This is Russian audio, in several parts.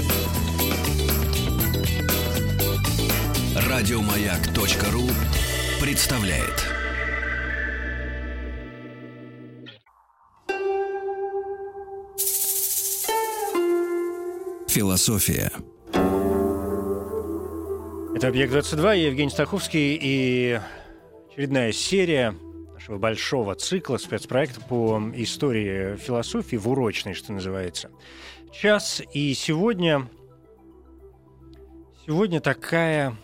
Радиомаяк.ру представляет. Философия. Это «Объект-22», я Евгений Стаховский, и очередная серия нашего большого цикла спецпроекта по истории философии в урочной, что называется. Час, и сегодня такая...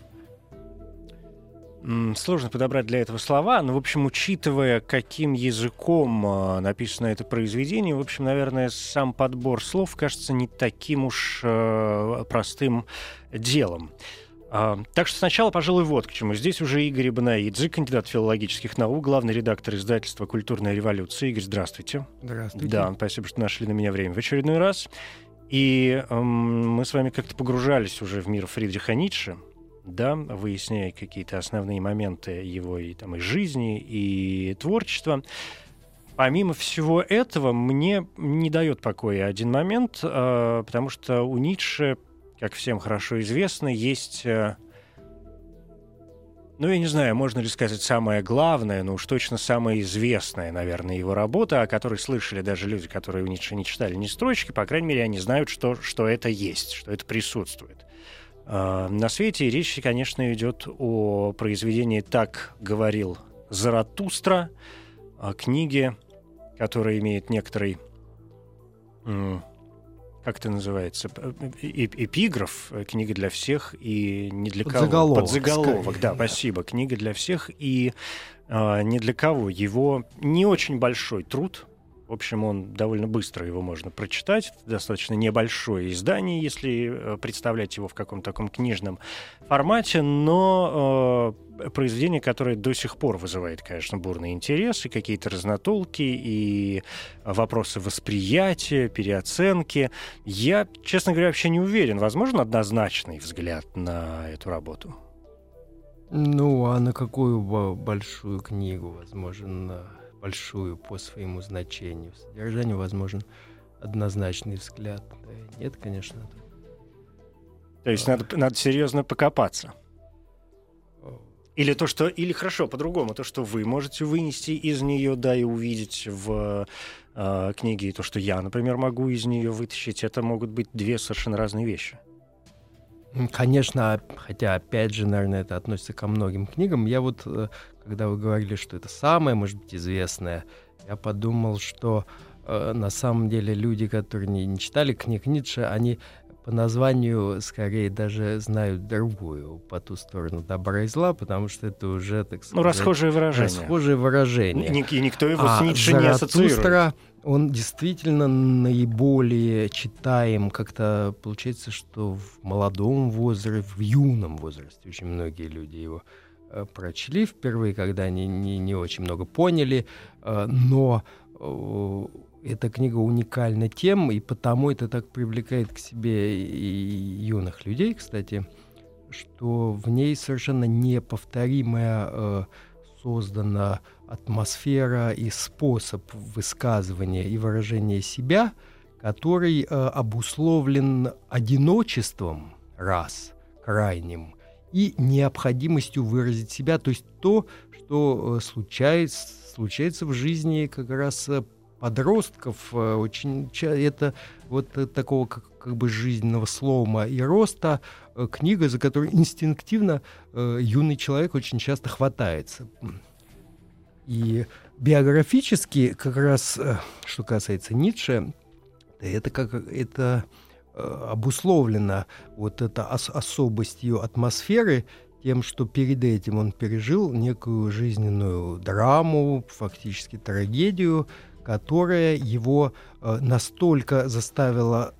Сложно подобрать для этого слова, но, в общем, учитывая, каким языком написано это произведение, в общем, наверное, сам подбор слов кажется не таким уж простым делом. Так что сначала, пожалуй, вот к чему. Здесь уже Игорь Ибанаидзе, кандидат филологических наук, главный редактор издательства «Культурная революция». Игорь, здравствуйте. Здравствуйте. Да, спасибо, что нашли на меня время в очередной раз. И мы с вами как-то погружались уже в мир Фридриха Ницше, да, выясняя какие-то основные моменты его и жизни, и творчества. Помимо всего этого, мне не дает покоя один момент, потому что у Ницше, как всем хорошо известно, есть, я не знаю, можно ли сказать самое главное, но уж точно самая известная, наверное, его работа, о которой слышали даже люди, которые у Ницше не читали ни строчки, по крайней мере, они знают, что это есть, что это присутствует на свете. И речь, конечно, идет о произведении «Так говорил Заратустра», о книге, которая имеет некоторый, как это называется, эпиграф, книга для всех и не для кого. Подзаголовок, скорее, да, спасибо. Книга для всех и не для кого. Его не очень большой труд. В общем, он довольно быстро его можно прочитать. Это достаточно небольшое издание, если представлять его в каком-то таком книжном формате, но произведение, которое до сих пор вызывает, конечно, бурный интерес, и какие-то разнотолки, и вопросы восприятия, переоценки. Я, честно говоря, вообще не уверен. Возможно, однозначный взгляд на эту работу? А на какую большую книгу возможен... большую по своему значению, содержанию, возможен однозначный взгляд. Нет, конечно. То есть надо серьезно покопаться. Или хорошо, по-другому, то, что вы можете вынести из нее, да, и увидеть в книге, и то, что я, например, могу из нее вытащить, это могут быть две совершенно разные вещи. Конечно, хотя, опять же, наверное, это относится ко многим книгам. Я когда вы говорили, что это самое, может быть, известное, я подумал, что на самом деле люди, которые не читали книг Ницше, они по названию скорее даже знают другую, «По ту сторону добра и зла», потому что это уже, так сказать... расхожее выражение. И никто его с Ницше не ассоциирует. Он действительно наиболее читаем. Как-то получается, что в молодом возрасте, в юном возрасте очень многие люди его прочли впервые, когда они не очень много поняли. Но эта книга уникальна тем, и потому это так привлекает к себе и юных людей, кстати, что в ней совершенно неповторимая создана атмосфера и способ высказывания и выражения себя, который обусловлен одиночеством, крайним, и необходимостью выразить себя, то есть то, что случается в жизни как раз подростков, очень это такого как бы жизненного слома и роста, книга, за которую инстинктивно юный человек очень часто хватается. И биографически, как раз, что касается Ницше, это обусловлено это особостью атмосферы, тем, что перед этим он пережил некую жизненную драму, фактически трагедию, которая его настолько заставила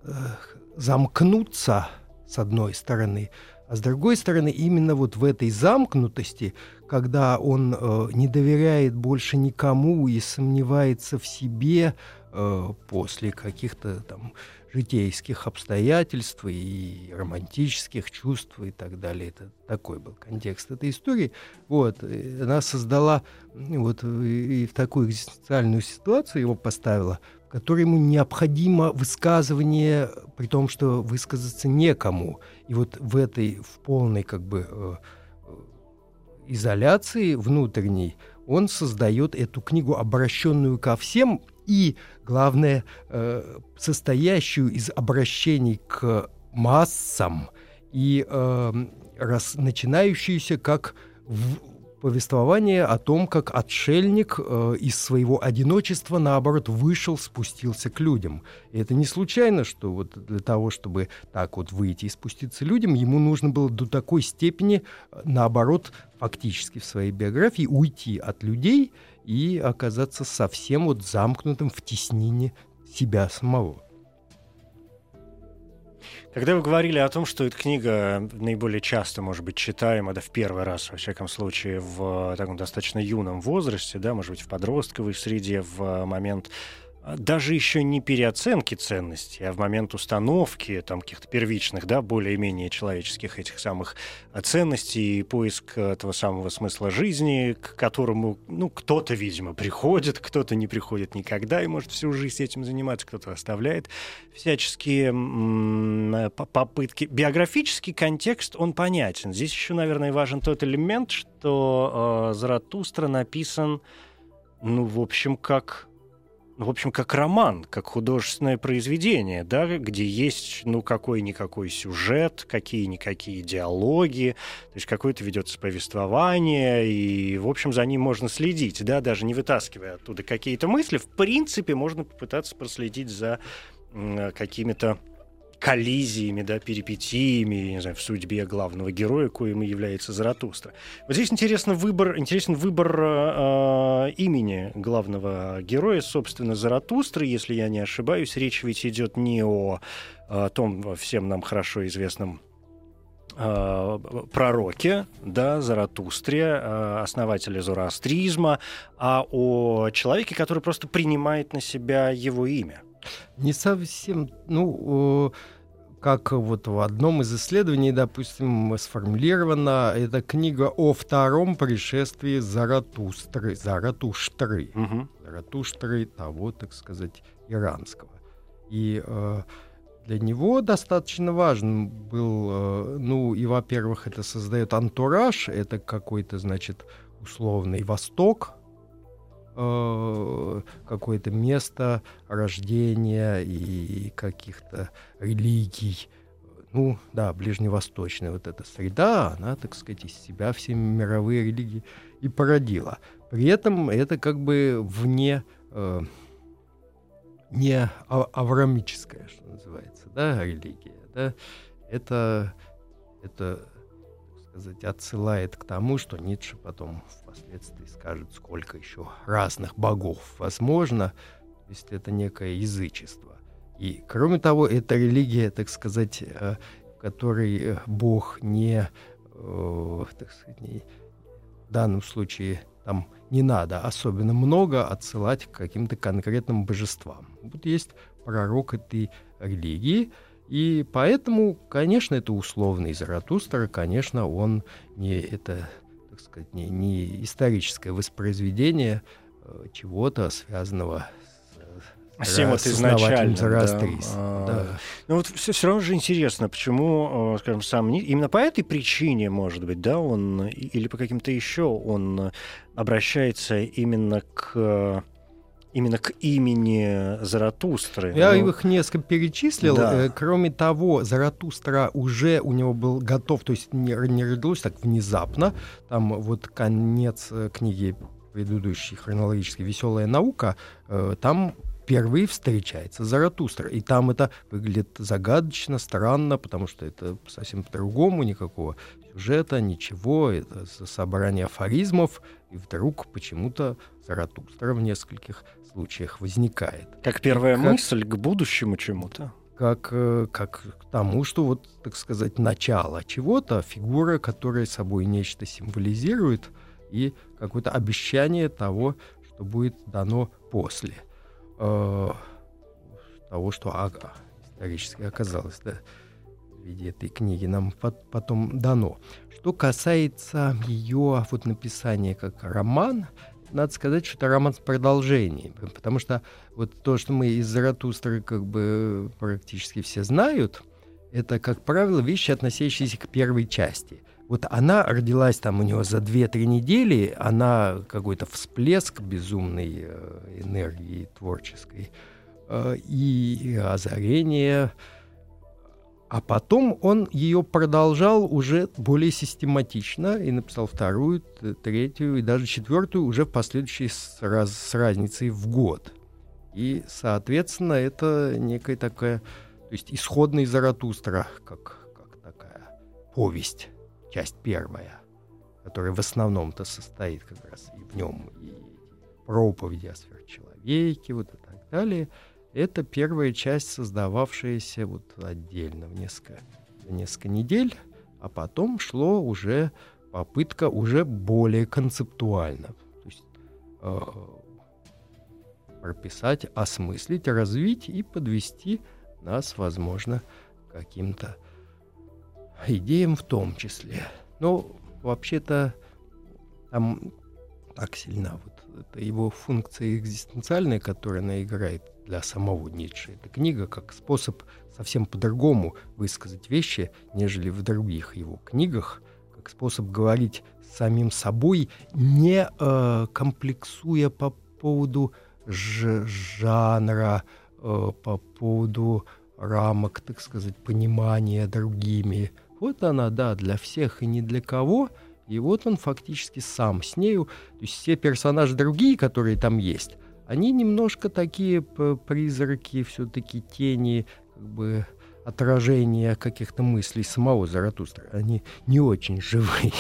замкнуться, с одной стороны, а с другой стороны, именно в этой замкнутости, когда он не доверяет больше никому и сомневается в себе, после каких-то там житейских обстоятельств и романтических чувств и так далее. Это такой был контекст этой истории. Вот. Она создала вот и в такую экзистенциальную ситуацию его поставила, в которой ему необходимо высказывание, при том, что высказаться некому. И вот в полной как бы изоляции внутренней он создает эту книгу, обращенную ко всем, и, главное, состоящую из обращений к массам и начинающуюся как повествование о том, как отшельник из своего одиночества, наоборот, вышел, спустился к людям. И это не случайно, что вот для того, чтобы так вот выйти и спуститься к людям, ему нужно было до такой степени, наоборот, фактически в своей биографии уйти от людей и оказаться совсем вот замкнутым в теснине себя самого. Когда вы говорили о том, что эта книга наиболее часто, может быть, читаема, да, в первый раз, во всяком случае, в таком достаточно юном возрасте, да, может быть, в подростковой среде, в момент даже еще не переоценки ценностей, а в момент установки там каких-то первичных, да, более-менее человеческих этих самых ценностей и поиск этого самого смысла жизни, к которому, ну, кто-то, видимо, приходит, кто-то не приходит никогда и может всю жизнь этим заниматься, кто-то оставляет всяческие попытки. Биографический контекст, он понятен. Здесь еще, наверное, важен тот элемент, что Заратустра написан, в общем, как роман, как художественное произведение, да, где есть, какой-никакой сюжет, какие-никакие диалоги, то есть какое-то ведется повествование, и, в общем, за ним можно следить, да, даже не вытаскивая оттуда какие-то мысли, в принципе, можно попытаться проследить за какими-то коллизиями, да, перипетиями, не знаю, в судьбе главного героя, коим и является Заратустра. Вот здесь интересен выбор имени главного героя, собственно, Заратустры, если я не ошибаюсь. Речь ведь идет не о том всем нам хорошо известном пророке, да, Заратустре, основателе зороастризма, а о человеке, который просто принимает на себя его имя. Не совсем, как вот в одном из исследований, допустим, сформулирована эта книга о втором пришествии Заратуштры, Заратуштры того, так сказать, иранского. И для него достаточно важен был, и, во-первых, это создает антураж, это какой-то, значит, условный Восток, какое-то место рождения и каких-то религий. Ближневосточная вот эта среда, она, так сказать, из себя все мировые религии и породила. При этом это как бы не авраамическая, что называется, да, религия. Да? Это сказать, отсылает к тому, что Ницше потом впоследствии скажет, сколько еще разных богов возможно, если это некое язычество. И, кроме того, это религия, так сказать, в которой Бог в данном случае там не надо особенно много отсылать к каким-то конкретным божествам. Вот есть пророк этой религии, и поэтому, конечно, это условный Заратустра, конечно, он не историческое воспроизведение чего-то, связанного с основателем зороастризма. Да. Вот все равно же интересно, почему, скажем, именно по этой причине, может быть, да, он или по каким-то еще он обращается именно к имени Заратустры. Я их несколько перечислил. Да. Кроме того, Заратустра уже у него был готов, то есть не родилось так внезапно. Там вот конец книги предыдущей хронологической «Веселая наука», там впервые встречается Заратустра. И там это выглядит загадочно, странно, потому что это совсем по-другому, никакого сюжета, ничего. Это собрание афоризмов, и вдруг почему-то Заратустра в нескольких случаях возникает. Как первая мысль к будущему чему-то. Как к тому, что, вот, так сказать, начало чего-то, фигура, которая собой нечто символизирует, и какое-то обещание того, что будет дано после. того, что исторически оказалось, да, в виде этой книги нам потом дано. Что касается ее вот написания как роман, надо сказать, что это роман с продолжением, потому что вот то, что мы из Заратустры как бы практически все знают, это, как правило, вещи, относящиеся к первой части. Вот она родилась там у него за 2-3 недели, она какой-то всплеск безумной энергии творческой и озарение. А потом он ее продолжал уже более систематично и написал 2-ю, 3-ю и даже 4-ю уже в последующей с разницей в год. И, соответственно, это некая такая, то есть исходный Заратустра, как такая повесть, часть 1, которая в основном-то состоит как раз и в нем, и проповеди о сверхчеловеке, вот и так далее. Это первая часть, создававшаяся вот отдельно в несколько недель, а потом шло уже попытка уже более концептуально. То есть прописать, осмыслить, развить и подвести нас, возможно, к каким-то идеям в том числе. Но вообще-то там так сильна вот эта его функция экзистенциальная, которую она играет для самого Ницше. Эта книга как способ совсем по-другому высказать вещи, нежели в других его книгах, как способ говорить с самим собой, не комплексуя по поводу жанра, по поводу рамок, так сказать, понимания другими. Вот она, да, для всех и ни для кого. И вот он фактически сам с нею. То есть все персонажи другие, которые там есть, они немножко такие призраки, все-таки тени, как бы отражения каких-то мыслей самого Заратустры. Они не очень живые.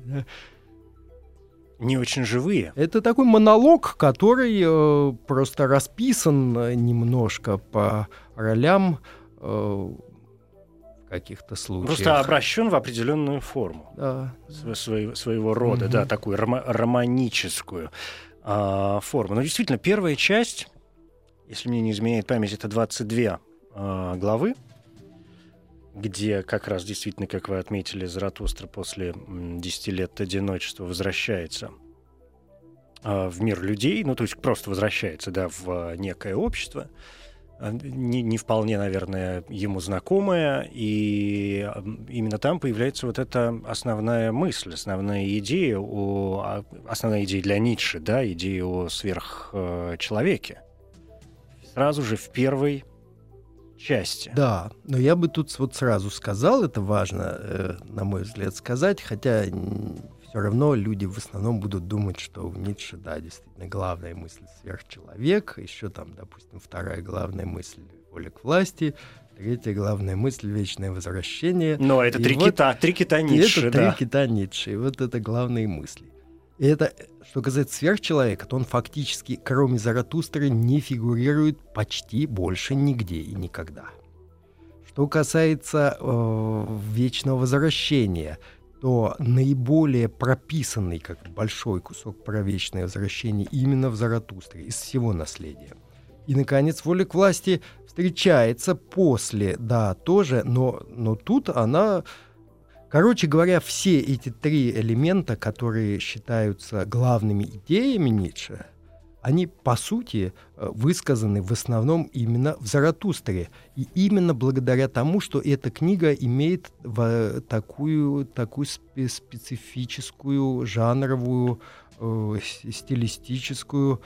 Не очень живые? Это такой монолог, который просто расписан немножко по ролям в каких-то случаях. Просто обращен в определенную форму. Да. Своего рода, да, такую романическую форму. Но действительно, первая часть, если мне не изменяет память, это 22 главы, где как раз действительно, как вы отметили, Заратустра после 10 лет одиночества возвращается в мир людей, ну, то есть просто возвращается, да, в некое общество, не вполне, наверное, ему знакомое, и именно там появляется вот эта основная мысль, основная идея для Ницше, да, идея о сверхчеловеке. Сразу же в первой части. Да, но я бы тут вот сразу сказал, это важно, на мой взгляд, сказать, хотя все равно люди в основном будут думать, что у Ницше, да, действительно, главная мысль — сверхчеловек, еще там, допустим, 2-я главная мысль — воля к власти, 3-я главная мысль — вечное возвращение. Но это три кита Ницше, да. Это 3 кита Ницше, и вот это главные мысли. И это, что касается сверхчеловека, то он фактически, кроме Заратустры, не фигурирует почти больше нигде и никогда. Что касается вечного возвращения, то наиболее прописанный, как большой кусок про вечное возвращение, именно в Заратустре, из всего наследия. И, наконец, воля к власти встречается после, да, тоже, но тут она... Короче говоря, все эти 3 элемента, которые считаются главными идеями Ницше, они, по сути, высказаны в основном именно в Заратустре. И именно благодаря тому, что эта книга имеет такую специфическую, жанровую, стилистическую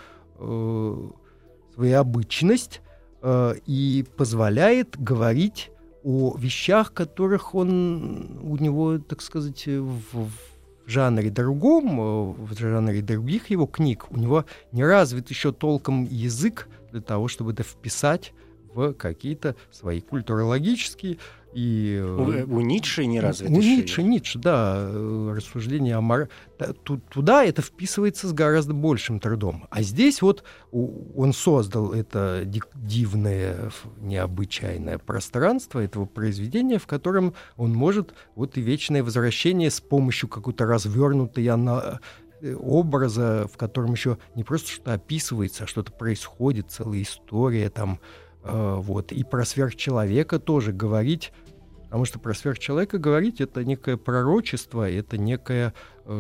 своеобычность и позволяет говорить о вещах, которых у него, так сказать, в жанре другом, в жанре других его книг, у него не развит еще толком язык для того, чтобы это вписать в какие-то свои культурологические и... У Ницше не развит еще? Ницше, да, рассуждения о туда это вписывается с гораздо большим трудом. А здесь вот он создал это дивное, необычайное пространство этого произведения, в котором он может вот и вечное возвращение с помощью какой-то развернутой образа, в котором еще не просто что-то описывается, а что-то происходит, целая история там, вот. И про сверхчеловека тоже говорить, потому что про сверхчеловека говорить — это некое пророчество, это некое...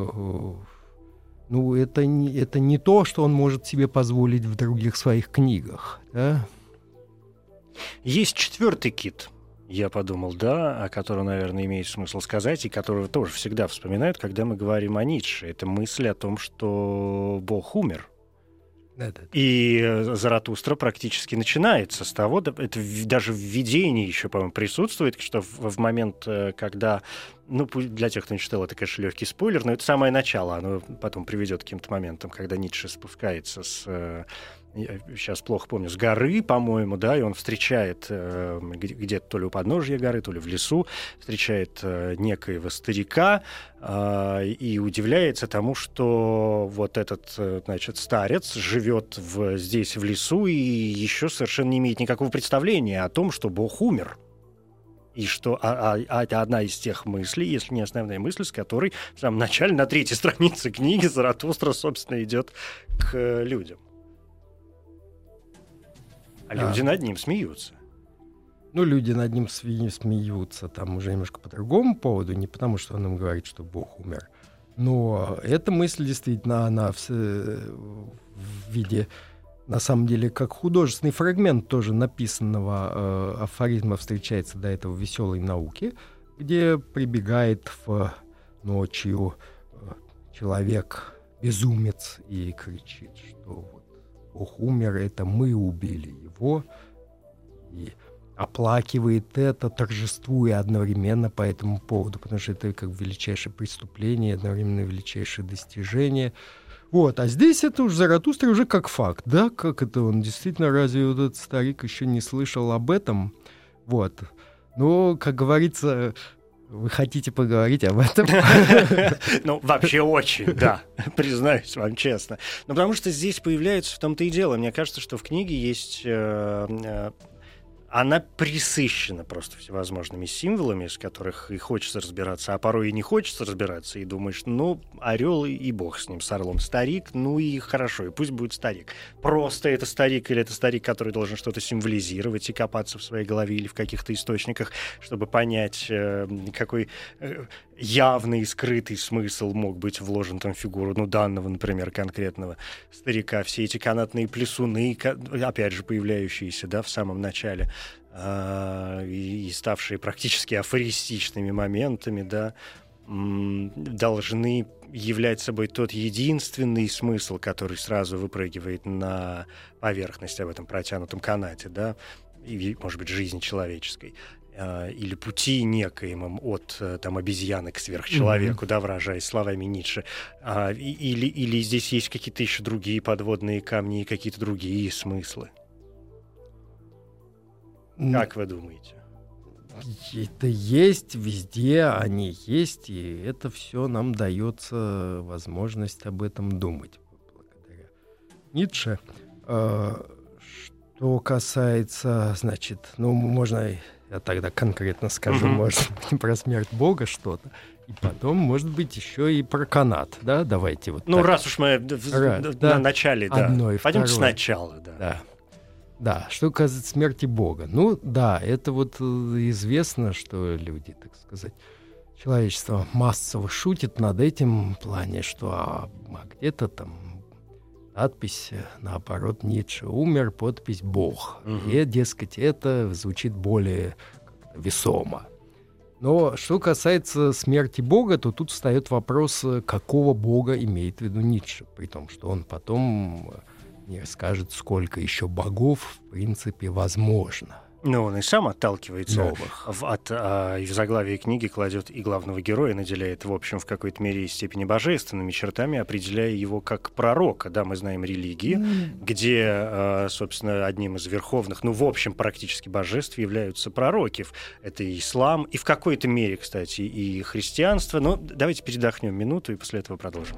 это не то, что он может себе позволить в других своих книгах, да? Есть четвертый кит, я подумал, да, о котором, наверное, имеет смысл сказать, и которого тоже всегда вспоминают, когда мы говорим о Ницше. Это мысль о том, что Бог умер. И Заратустра практически начинается с того, это даже в видении еще, по-моему, присутствует, что в момент, когда, для тех, кто не читал, это, конечно, легкий спойлер, но это самое начало, оно потом приведет к каким-то моментам, когда Ницше спускается сейчас плохо помню, с горы, по-моему, да, и он встречает где-то то ли у подножья горы, то ли в лесу, встречает некоего старика и удивляется тому, что вот этот, значит, старец живет здесь, в лесу, и еще совершенно не имеет никакого представления о том, что Бог умер. И что это одна из тех мыслей, если не основная мысль, с которой в самом начале, на 3-й странице книги, Заратустра, собственно, идет к людям. А люди над ним смеются. Люди над ним смеются там уже немножко по другому поводу, не потому, что он им говорит, что Бог умер. Но эта мысль действительно, она в виде, на самом деле, как художественный фрагмент тоже написанного афоризма встречается до этого в «Веселой науке», где прибегает ночью человек-безумец и кричит, что Бог умер, это мы убили его, и оплакивает это, торжествуя одновременно по этому поводу, потому что это как величайшее преступление, одновременно величайшее достижение. А здесь это уж Заратустра уже как факт, да, как это он действительно, разве вот этот старик еще не слышал об этом? Но, как говорится... Вы хотите поговорить об этом? Вообще очень, да, признаюсь вам честно. Потому что здесь появляется, в том-то и дело, мне кажется, что в книге есть... Она пресыщена просто всевозможными символами, с которых и хочется разбираться, а порой и не хочется разбираться, и думаешь, орел и бог с ним, с орлом. Старик, и хорошо, и пусть будет старик. Просто это старик или это старик, который должен что-то символизировать и копаться в своей голове или в каких-то источниках, чтобы понять, какой явный и скрытый смысл мог быть вложен там в фигуру, данного, например, конкретного старика. Все эти канатные плесуны, опять же, появляющиеся, да, в самом начале, и ставшие практически афористичными моментами, да, должны являть собой тот единственный смысл, который сразу выпрыгивает на поверхность об этом протянутом канате, да, и, может быть, жизни человеческой, или пути некоемом от обезьяны к сверхчеловеку, да, выражаясь словами Ницше, или здесь есть какие-то еще другие подводные камни и какие-то другие смыслы. Как вы думаете? Это есть, везде они есть, и это все нам дается возможность об этом думать благодаря Ницше. Что касается, можно, я тогда конкретно скажу, может быть, про смерть Бога что-то, и потом, может быть, еще и про канат, да, давайте вот так. Раз уж мы на начале, да, пойдемте сначала, да. Да, что касается смерти Бога. Это известно, что люди, так сказать, человечество массово шутит над этим плане, что где-то там надпись, наоборот, Ницше умер, подпись Бог. И, дескать, это звучит более весомо. Но что касается смерти Бога, то тут встает вопрос, какого Бога имеет в виду Ницше, при том, что он потом... не скажет, сколько еще богов, в принципе, возможно. Он и сам отталкивается и в заглавии книги кладет и главного героя, наделяет, в общем, в какой-то мере и степени божественными чертами, определяя его как пророка. Да, мы знаем религии, где, собственно, одним из верховных, в общем, практически божеств являются пророки. Это и ислам, и в какой-то мере, кстати, и христианство. Но давайте передохнем минуту и после этого продолжим.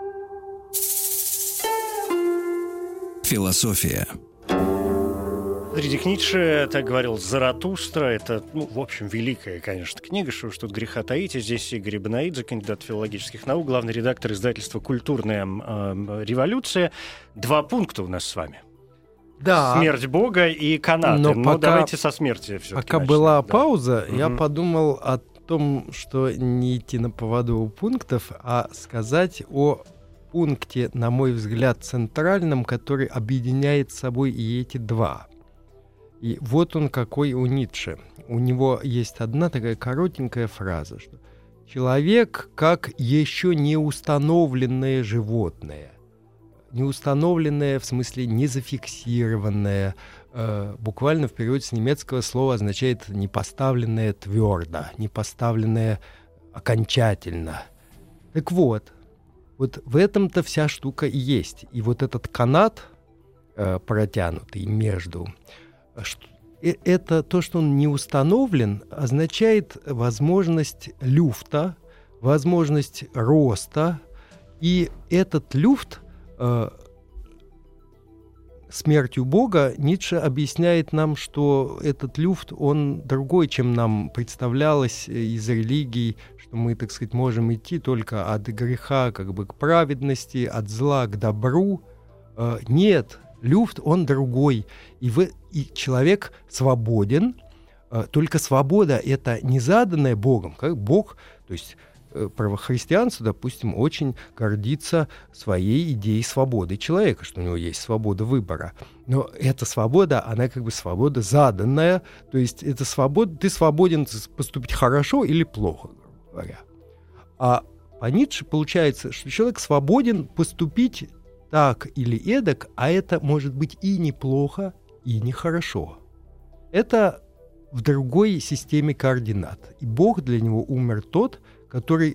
Философия. Фридрих Ницше, так говорил Заратустра. Это, в общем, великая, конечно, книга, что уж тут греха таить. И здесь Игорь Ибн-Аидзе, кандидат филологических наук, главный редактор издательства «Культурная революция». 2 пункта у нас с вами. Да. Смерть Бога и канаты. Но давайте со смерти все-таки пока начнем. Была пауза, я подумал о том, что не идти на поводу у пунктов, а сказать о пункте, на мой взгляд, центральном, который объединяет с собой и эти 2. И вот он какой у Ницше. У него есть одна такая коротенькая фраза, что человек как еще не установленное животное. Не установленное, в смысле не зафиксированное. Буквально в переводе с немецкого слова означает не поставленное твердо, не поставленное окончательно. Так вот в этом-то вся штука и есть. И вот этот канат, протянутый между... Это то, что он не установлен, означает возможность люфта, возможность роста. И этот люфт смертью Бога Ницше объясняет нам, что этот люфт, он другой, чем нам представлялось из религий, что мы, так сказать, можем идти только от греха как бы к праведности, от зла к добру. Нет, люфт, он другой. И человек свободен, только свобода — это не заданная Богом, как Бог, то есть правохристианство, допустим, очень гордится своей идеей свободы человека, что у него есть свобода выбора. Но эта свобода, она как бы свобода заданная, то есть это свобода, ты свободен поступить хорошо или плохо, грубо говоря. А по Ницше получается, что человек свободен поступить так или эдак, а это может быть и неплохо, и нехорошо. Это в другой системе координат. И Бог для него умер тот, который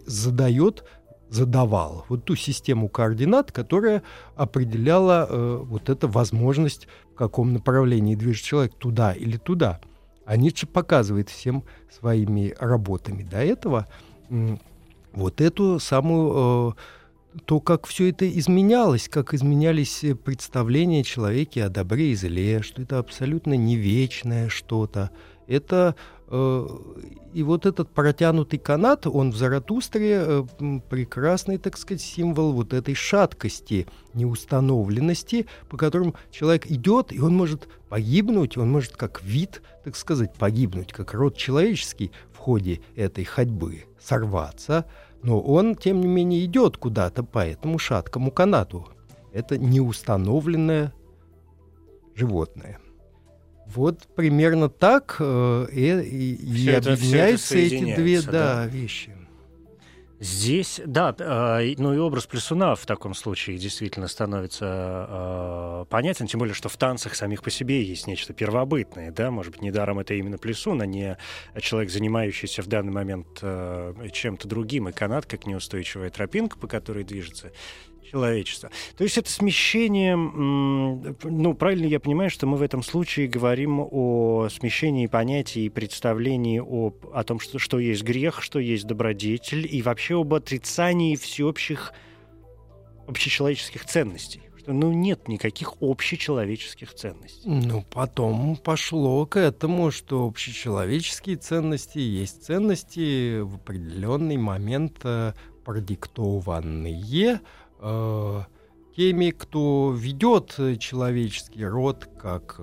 задавал вот ту систему координат, которая определяла вот эту возможность, в каком направлении движется человек, туда или туда. А Ницше показывает всем своими работами до этого вот эту самую... то, как все это изменялось, как изменялись представления человека о добре и зле, что это абсолютно не вечное что-то. Это и вот этот протянутый канат, он в Заратустре прекрасный, так сказать, символ вот этой шаткости, неустановленности, по которым человек идет, и он может погибнуть, он может как вид, так сказать, погибнуть, как род человеческий в ходе этой ходьбы, сорваться, но он, тем не менее, идет куда-то по этому шаткому канату. Это неустановленное животное. Вот примерно так и объединяются эти 2 вещи. Здесь, да, и образ плясуна в таком случае действительно становится понятен, тем более, что в танцах самих по себе есть нечто первобытное, да, может быть, недаром это именно плясун, а не человек, занимающийся в данный момент чем-то другим, и канат, как неустойчивая тропинка, по которой движется человечество. То есть это смещение, правильно я понимаю, что мы в этом случае говорим о смещении понятий и представлений о том, что есть грех, что есть добродетель, и вообще об отрицании всеобщих общечеловеческих ценностей. Что, нет никаких общечеловеческих ценностей. Потом пошло к этому, что общечеловеческие ценности есть ценности в определенный момент продиктованные теми, кто ведет человеческий род, как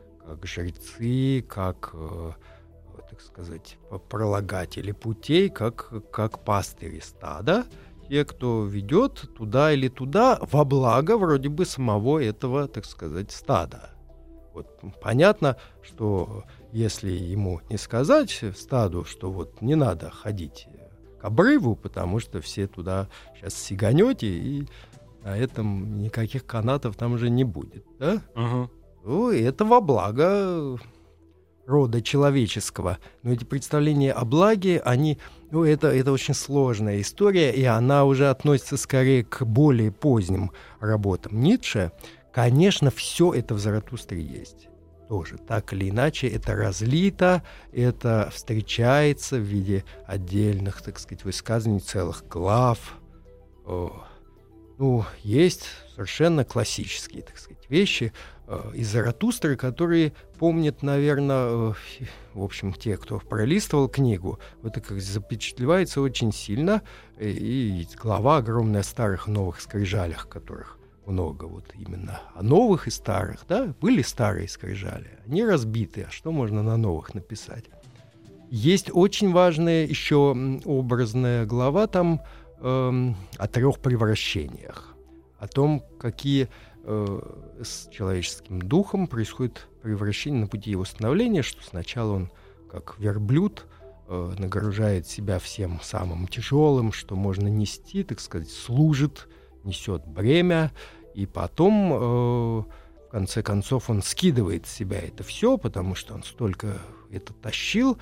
жрецы, как, так сказать, пролагатели путей, как пастыри стада, те, кто ведет туда или туда во благо вроде бы самого этого, так сказать, стада. Вот понятно, что если ему не сказать стаду, что вот не надо ходить к обрыву, потому что все туда сейчас сиганете, и на этом никаких канатов там уже не будет, да? Это во благо рода человеческого. Но эти представления о благе, они, это очень сложная история, и она уже относится скорее к более поздним работам Ницше. Конечно, все это в Заратустре есть. Тоже так или иначе это разлито, это встречается в виде отдельных, так сказать, высказываний, целых глав. Есть совершенно классические, так сказать, вещи. из Заратустры, которые помнят, наверное, в общем, те, кто пролистывал книгу, вот это как запечатлевается очень сильно, и глава огромная о старых и новых скрижалях, которых много вот именно о новых и старых, да, были старые скрижали, они разбиты, а что можно на новых написать? Есть очень важная еще образная глава там о 3 превращениях, о том, какие с человеческим духом происходит превращение на пути его становления, что сначала он, как верблюд, нагружает себя всем самым тяжелым, что можно нести, так сказать, служит, несет бремя, и потом, в конце концов, он скидывает с себя это все, потому что он столько это тащил,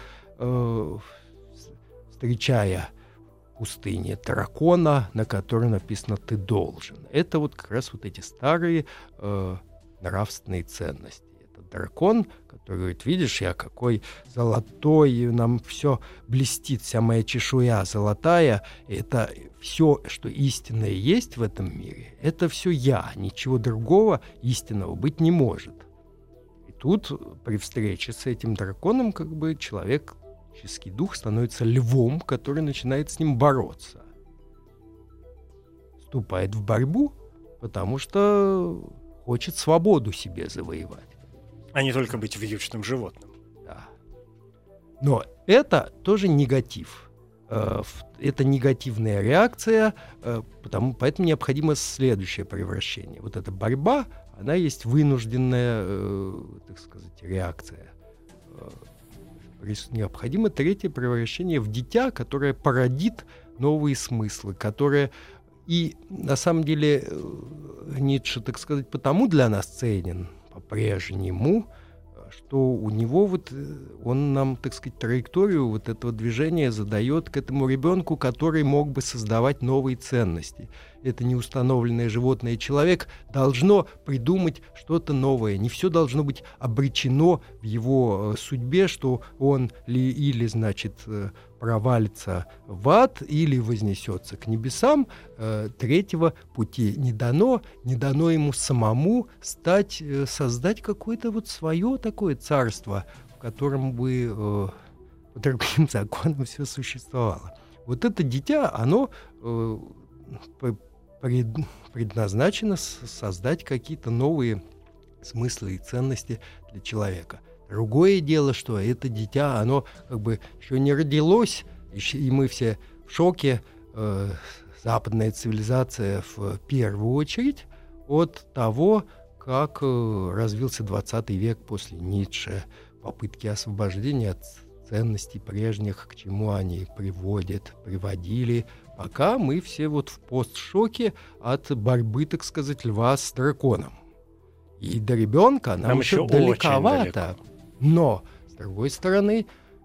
встречая в пустыне дракона, на котором написано «ты должен». Это вот как раз вот эти старые нравственные ценности. Это дракон, который говорит: видишь, я какой золотой, нам все блестит, вся моя чешуя золотая. Это все, что истинное есть в этом мире, это все я, ничего другого истинного быть не может. И тут при встрече с этим драконом как бы человеческий дух становится львом, который начинает с ним бороться. Вступает в борьбу, потому что хочет свободу себе завоевать. А не только быть вьючным животным. Да. Но это тоже негатив. Это негативная реакция, поэтому необходимо следующее превращение. Вот эта борьба, она есть вынужденная, так сказать, реакция. Необходимо 3 превращение в дитя, которое породит новые смыслы, которое... И на самом деле Ницше, так сказать, потому для нас ценен по-прежнему, что у него вот он нам, так сказать, траекторию вот этого движения задает к этому ребенку, который мог бы создавать новые ценности. Это неустановленное животное, человек должно придумать что-то новое. Не все должно быть обречено в его судьбе, что он или значит, провалится в ад, или вознесется к небесам. 3-го пути не дано ему самому создать какое-то вот свое такое царство, в котором бы по другим законам все существовало. Вот это дитя, оно предназначено создать какие-то новые смыслы и ценности для человека. Другое дело, что это дитя, оно как бы еще не родилось, и мы все в шоке, западная цивилизация в первую очередь, от того, как развился 20 век после Ницше, попытки освобождения от ценностей прежних, к чему они приводили, пока мы все вот в постшоке от борьбы, так сказать, льва с драконом. И до ребенка нам еще далековато. Но, с другой стороны,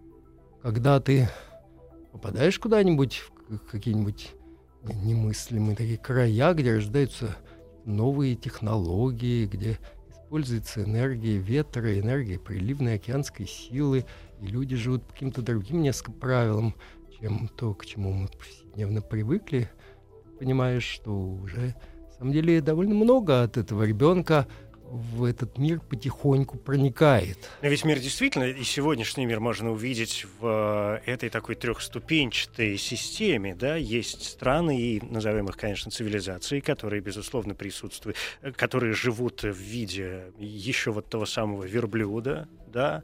когда ты попадаешь куда-нибудь в какие-нибудь немыслимые такие края, где рождаются новые технологии, где используется энергия ветра, энергия приливной океанской силы, и люди живут по каким-то другим несколько правилам, чем то, к чему мы повседневно привыкли, понимаешь, что уже, на самом деле, довольно много от этого ребенка в этот мир потихоньку проникает. Но ведь мир действительно, и сегодняшний мир можно увидеть в этой такой 3-ступенчатой системе, да, есть страны, и назовем их, конечно, цивилизации, которые, безусловно, присутствуют, которые живут в виде еще вот того самого верблюда, да,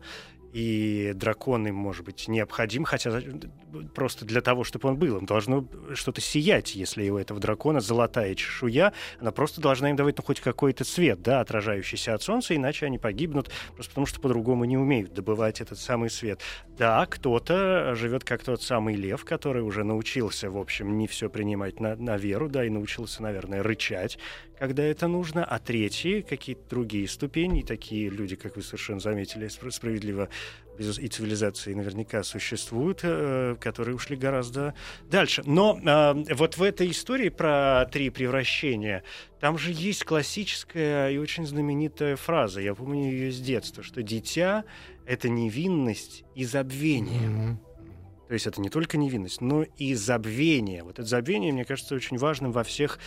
и дракон им, может быть, необходим, хотя просто для того, чтобы он был, им должно что-то сиять, если у этого дракона золотая чешуя, она просто должна им давать хоть какой-то цвет, да, отражающийся от солнца, иначе они погибнут, просто потому что по-другому не умеют добывать этот самый свет. Да, кто-то живет как тот самый лев, который уже научился, в общем, не все принимать на веру, да, и научился, наверное, рычать, когда это нужно, а третьи, какие-то другие ступени, такие люди, как вы совершенно заметили, справедливо, и цивилизации наверняка существуют, которые ушли гораздо дальше. Но вот в этой истории про 3 превращения, там же есть классическая и очень знаменитая фраза, я помню ее с детства, что дитя — это невинность и забвение. Mm-hmm. То есть это не только невинность, но и забвение. Вот это забвение, мне кажется, очень важным во всех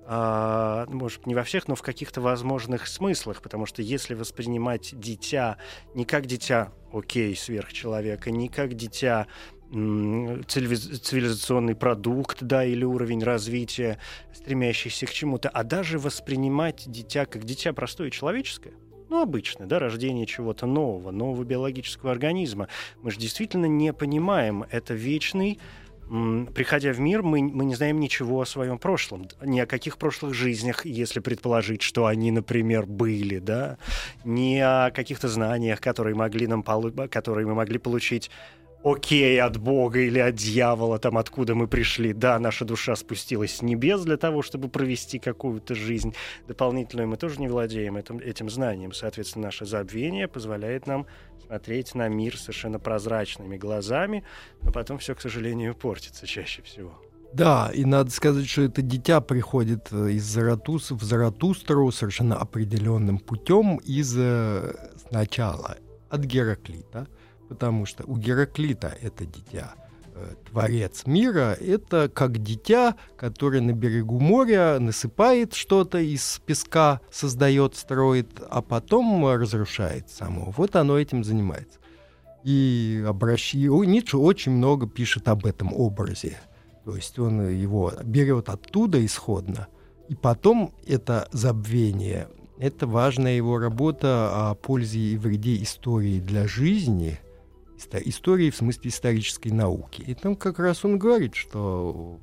может, не во всех, но в каких-то возможных смыслах, потому что если воспринимать дитя не как дитя, сверхчеловека, не как дитя, цивилизационный продукт, да, или уровень развития, стремящийся к чему-то, а даже воспринимать дитя как дитя простое и человеческое, обычное, да, рождение чего-то нового биологического организма. Мы же действительно не понимаем, это вечный. Приходя в мир, мы не знаем ничего о своем прошлом, ни о каких прошлых жизнях, если предположить, что они, например, были, да, ни о каких-то знаниях, которые мы могли получить от Бога или от дьявола, там, откуда мы пришли. Да, наша душа спустилась с небес для того, чтобы провести какую-то жизнь дополнительную. Мы тоже не владеем этим знанием. Соответственно, наше забвение позволяет нам смотреть на мир совершенно прозрачными глазами, но потом все, к сожалению, портится чаще всего. Да, и надо сказать, что это дитя приходит в Заратустру совершенно определенным путем сначала от Гераклита, потому что у Гераклита это дитя, творец мира, это как дитя, которое на берегу моря насыпает что-то из песка, создает, строит, а потом разрушает само. Вот оно этим занимается. И Ницше очень много пишет об этом образе. То есть он его берет оттуда исходно, и потом это забвение, это важная его работа о пользе и вреде истории для жизни, истории в смысле исторической науки. И там как раз он говорит, что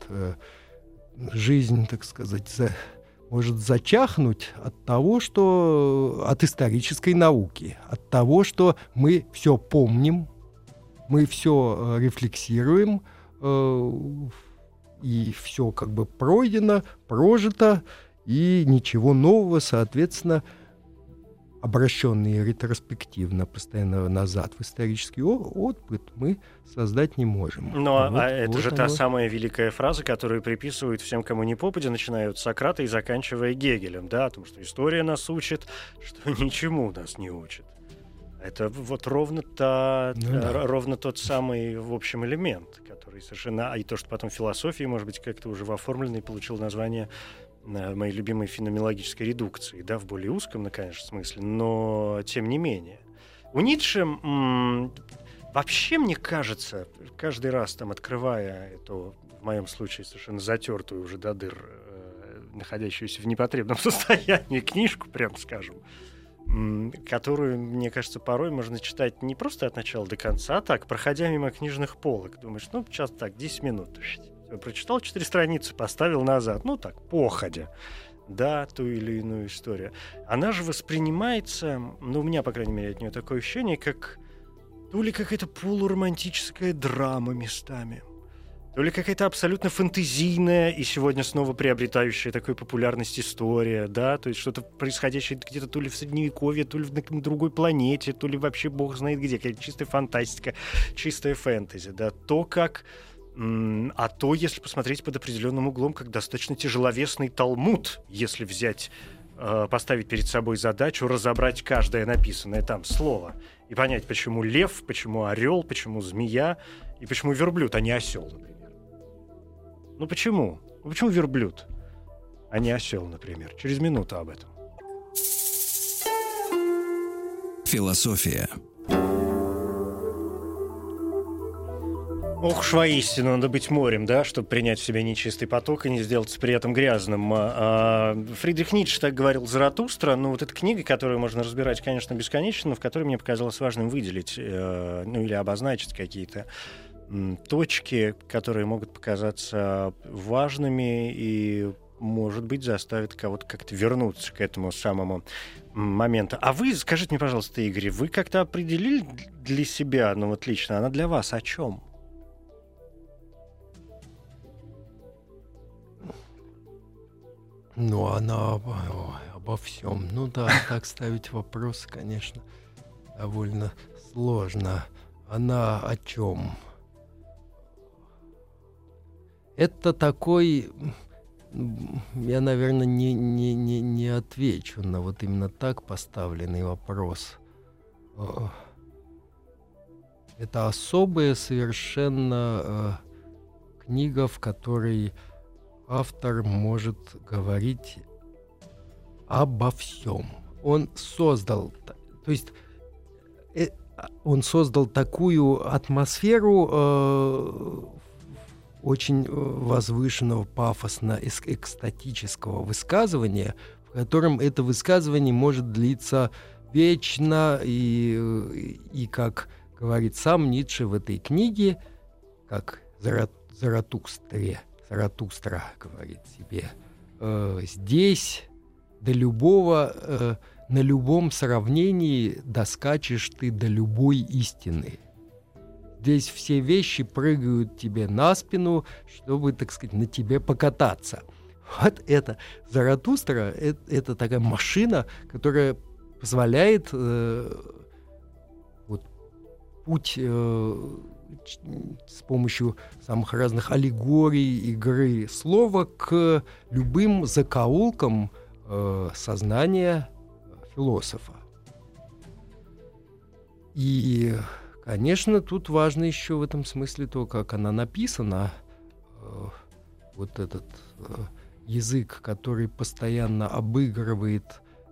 жизнь, так сказать, может зачахнуть от исторической науки, от того, что мы все помним, мы все рефлексируем, и все как бы пройдено, прожито, и ничего нового, соответственно, обращенные ретроспективно постоянно назад в исторический опыт, мы создать не можем. Это же та самая великая фраза, которую приписывают всем, кому не попадя, начиная от Сократа и заканчивая Гегелем, да, о том, что история нас учит, что ничему нас не учит. Это вот ровно тот самый, в общем, элемент, который совершенно... И то, что потом в философии, может быть, как-то уже оформленный, получил название моей любимой феноменологической редукции, да, в более узком, конечно, смысле, но тем не менее. У Ницше вообще, мне кажется, каждый раз там, открывая эту, в моем случае, совершенно затертую уже до дыр, находящуюся в непотребном состоянии книжку, прям скажем, которую, мне кажется, порой можно читать не просто от начала до конца, а так, проходя мимо книжных полок. Думаешь, сейчас так, 10 минут. Прочитал 4 страницы, поставил назад. Так, походя. Да, ту или иную историю. Она же воспринимается, у меня, по крайней мере, от нее такое ощущение, как то ли какая-то полуромантическая драма местами, то ли какая-то абсолютно фэнтезийная и сегодня снова приобретающая такую популярность история, да, то есть что-то происходящее где-то то ли в Средневековье, то ли на другой планете, то ли вообще бог знает где, какая-то чистая фантастика, чистая фэнтези, да, а то, если посмотреть под определенным углом, как достаточно тяжеловесный Талмуд, если поставить перед собой задачу разобрать каждое написанное там слово и понять, почему лев, почему орел, почему змея и почему верблюд, а не осел, например. Почему? Почему верблюд, а не осел, например? Через минуту об этом. Философия. Ох уж воистину, надо быть морем, да, чтобы принять в себя нечистый поток и не сделаться при этом грязным. Фридрих Ницше так говорил Заратустра, вот эта книга, которую можно разбирать, конечно, бесконечно, но в которой мне показалось важным выделить, или обозначить какие-то точки, которые могут показаться важными и, может быть, заставят кого-то как-то вернуться к этому самому моменту. А вы, скажите мне, пожалуйста, Игорь, вы как-то определили для себя, лично, она для вас о чем? Она обо всем. Так ставить вопрос, конечно, довольно сложно. Она о чем? Это такой... Я, наверное, не отвечу на именно так поставленный вопрос. Это особая совершенно книга, в которой автор может говорить обо всем. Он создал, то есть он создал такую атмосферу очень возвышенного, пафосно-экстатического высказывания, в котором это высказывание может длиться вечно, и как говорит сам Ницше в этой книге, как Заратустра говорит себе, здесь до любого, на любом сравнении доскачешь ты до любой истины. Здесь все вещи прыгают тебе на спину, чтобы, так сказать, на тебе покататься. Вот это Заратустра, это такая машина, которая позволяет путь с помощью самых разных аллегорий, игры слова к любым закоулкам сознания философа. И, конечно, тут важно еще в этом смысле то, как она написана. Вот этот язык, который постоянно обыгрывает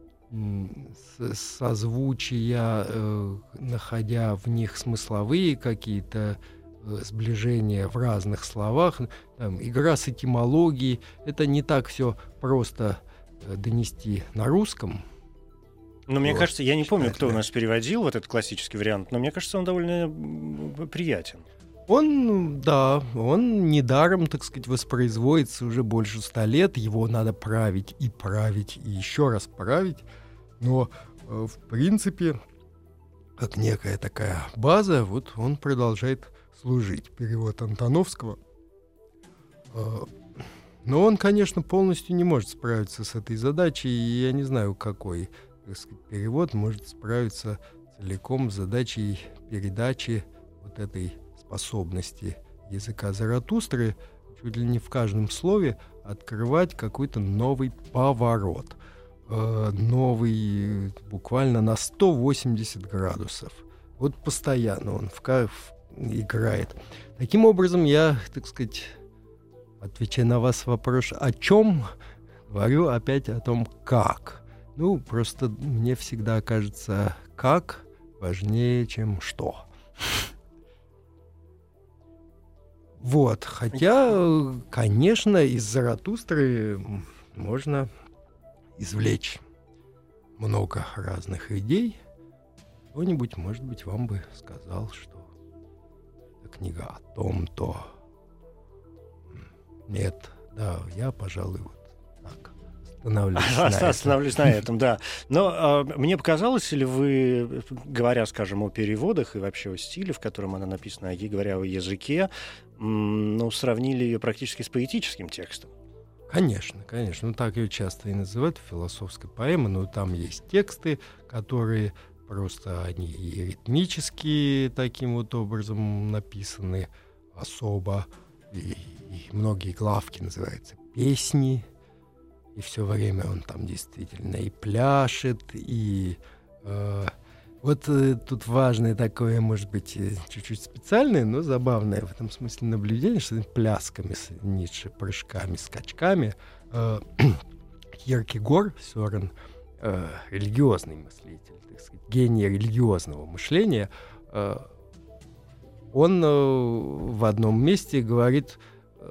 созвучия, находя в них смысловые какие-то сближения в разных словах. Там, игра с этимологией. Это не так все просто донести на русском. Но мне кажется, я не помню, кто у нас переводил вот этот классический вариант, но мне кажется, он довольно приятен. Он недаром, так сказать, воспроизводится уже больше 100 лет. Его надо править, и еще раз править. Но, в принципе, как некая такая база, вот он продолжает служить. Перевод Антоновского. Но он, конечно, полностью не может справиться с этой задачей. И я не знаю, какой, так сказать, перевод может справиться целиком с задачей передачи вот этой способности языка Заратустры чуть ли не в каждом слове открывать какой-то новый поворот, новый буквально на 180 градусов. Вот постоянно он играет. Таким образом, я, так сказать, отвечая на вас вопрос «о чем?», говорю опять о том «как». Ну, просто мне всегда кажется «как» важнее, чем «что». Вот, хотя, конечно, из Заратустры можно извлечь много разных идей. Кто-нибудь, может быть, вам бы сказал, что эта книга о том-то. Нет, да, я, пожалуй, вот так остановлюсь на этом, да. Но мне показалось, или вы, говоря, скажем, о переводах и вообще о стиле, в котором она написана, и говоря о языке, сравнили ее практически с поэтическим текстом? Конечно. Ну, так ее часто и называют, философской поэмой, но там есть тексты, которые просто, они и ритмически таким вот образом написаны особо, и многие главки называются «Песни», и все время он там действительно и пляшет, и вот тут важное такое, может быть, чуть-чуть специальное, но забавное в этом смысле наблюдение, что плясками с Ницше, прыжками, скачками. Кьеркегор, Сёрен, религиозный мыслитель, так сказать, гений религиозного мышления, он в одном месте говорит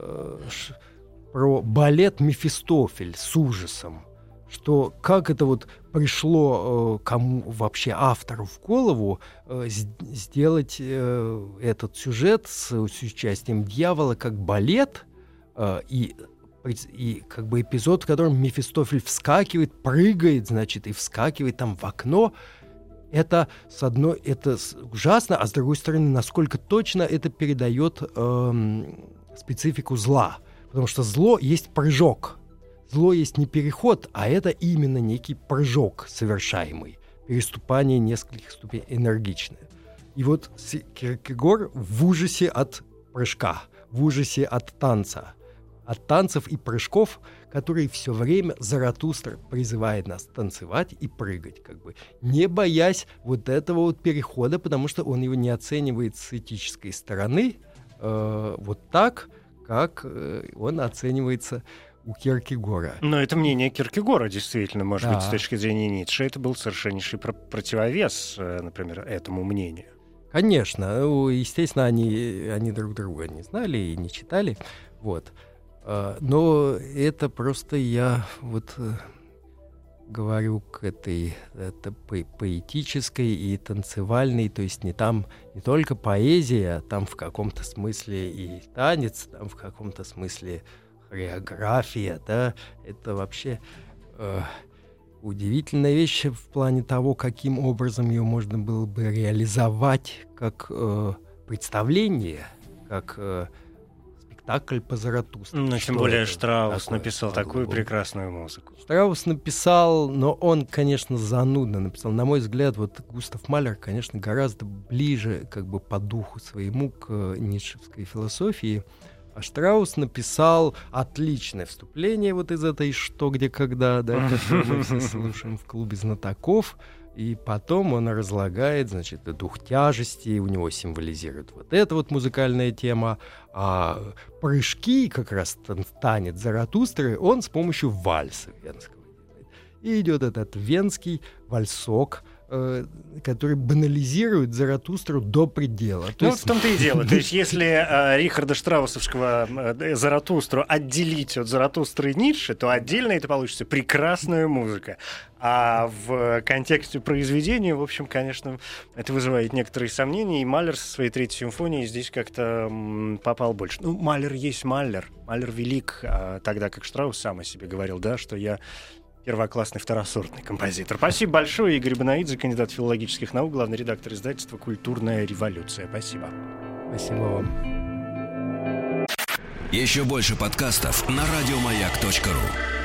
про балет «Мефистофель» с ужасом, что как это вот пришло кому вообще автору в голову сделать этот сюжет с участием дьявола как балет, и как бы эпизод, в котором Мефистофель вскакивает, прыгает, значит, и вскакивает там в окно. Это, это ужасно, а с другой стороны, насколько точно это передает специфику зла. Потому что зло есть прыжок. Зло есть не переход, а это именно некий прыжок совершаемый. Переступание нескольких ступеней энергичное. И вот Кьеркегор в ужасе от прыжка, в ужасе от танца. От танцев и прыжков, которые все время Заратустра призывает нас танцевать и прыгать, как бы, не боясь вот этого вот перехода, потому что он его не оценивает с этической стороны вот так, как он оценивается у Кierkegaard. Но это мнение Кierkegaard, действительно, может быть, с точки зрения Ницше, это был совершеннейший противовес, например, этому мнению. Конечно, естественно, они друг друга не знали и не читали, вот. Но это просто я говорю к этой поэтической и танцевальной, то есть не только поэзия, а там в каком-то смысле и танец, там в каком-то смысле хореография, да, это вообще удивительная вещь в плане того, каким образом ее можно было бы реализовать как представление, как спектакль по Заратустре. Ну, тем более Штраус написал такую прекрасную музыку. Штраус написал, но он, конечно, занудно написал. На мой взгляд, Густав Малер, конечно, гораздо ближе как бы по духу своему к ницшевской философии. А Штраус написал отличное вступление из этой «Что, где, когда», да, которое мы все слушаем в клубе знатоков. И потом он разлагает, значит, дух тяжести, у него символизирует эта музыкальная тема. А прыжки, как раз танец Заратустры, он с помощью вальса венского делает. И идет этот венский вальсок, который банализирует Заратустру до предела. В том-то и дело. То есть если Рихарда Штраусовского Заратустру отделить от Заратустры Ницше, то отдельно это получится прекрасная музыка. А в контексте произведения, в общем, конечно, это вызывает некоторые сомнения, и Малер со своей третьей симфонией здесь как-то попал больше. Малер есть Малер. Малер велик, тогда как Штраус сам о себе говорил, да, что я первоклассный второсортный композитор. Спасибо большое. Игорь Бонаидзе, кандидат филологических наук, главный редактор издательства «Культурная революция». Спасибо. Спасибо вам. Еще больше подкастов на радиомаяк.ру.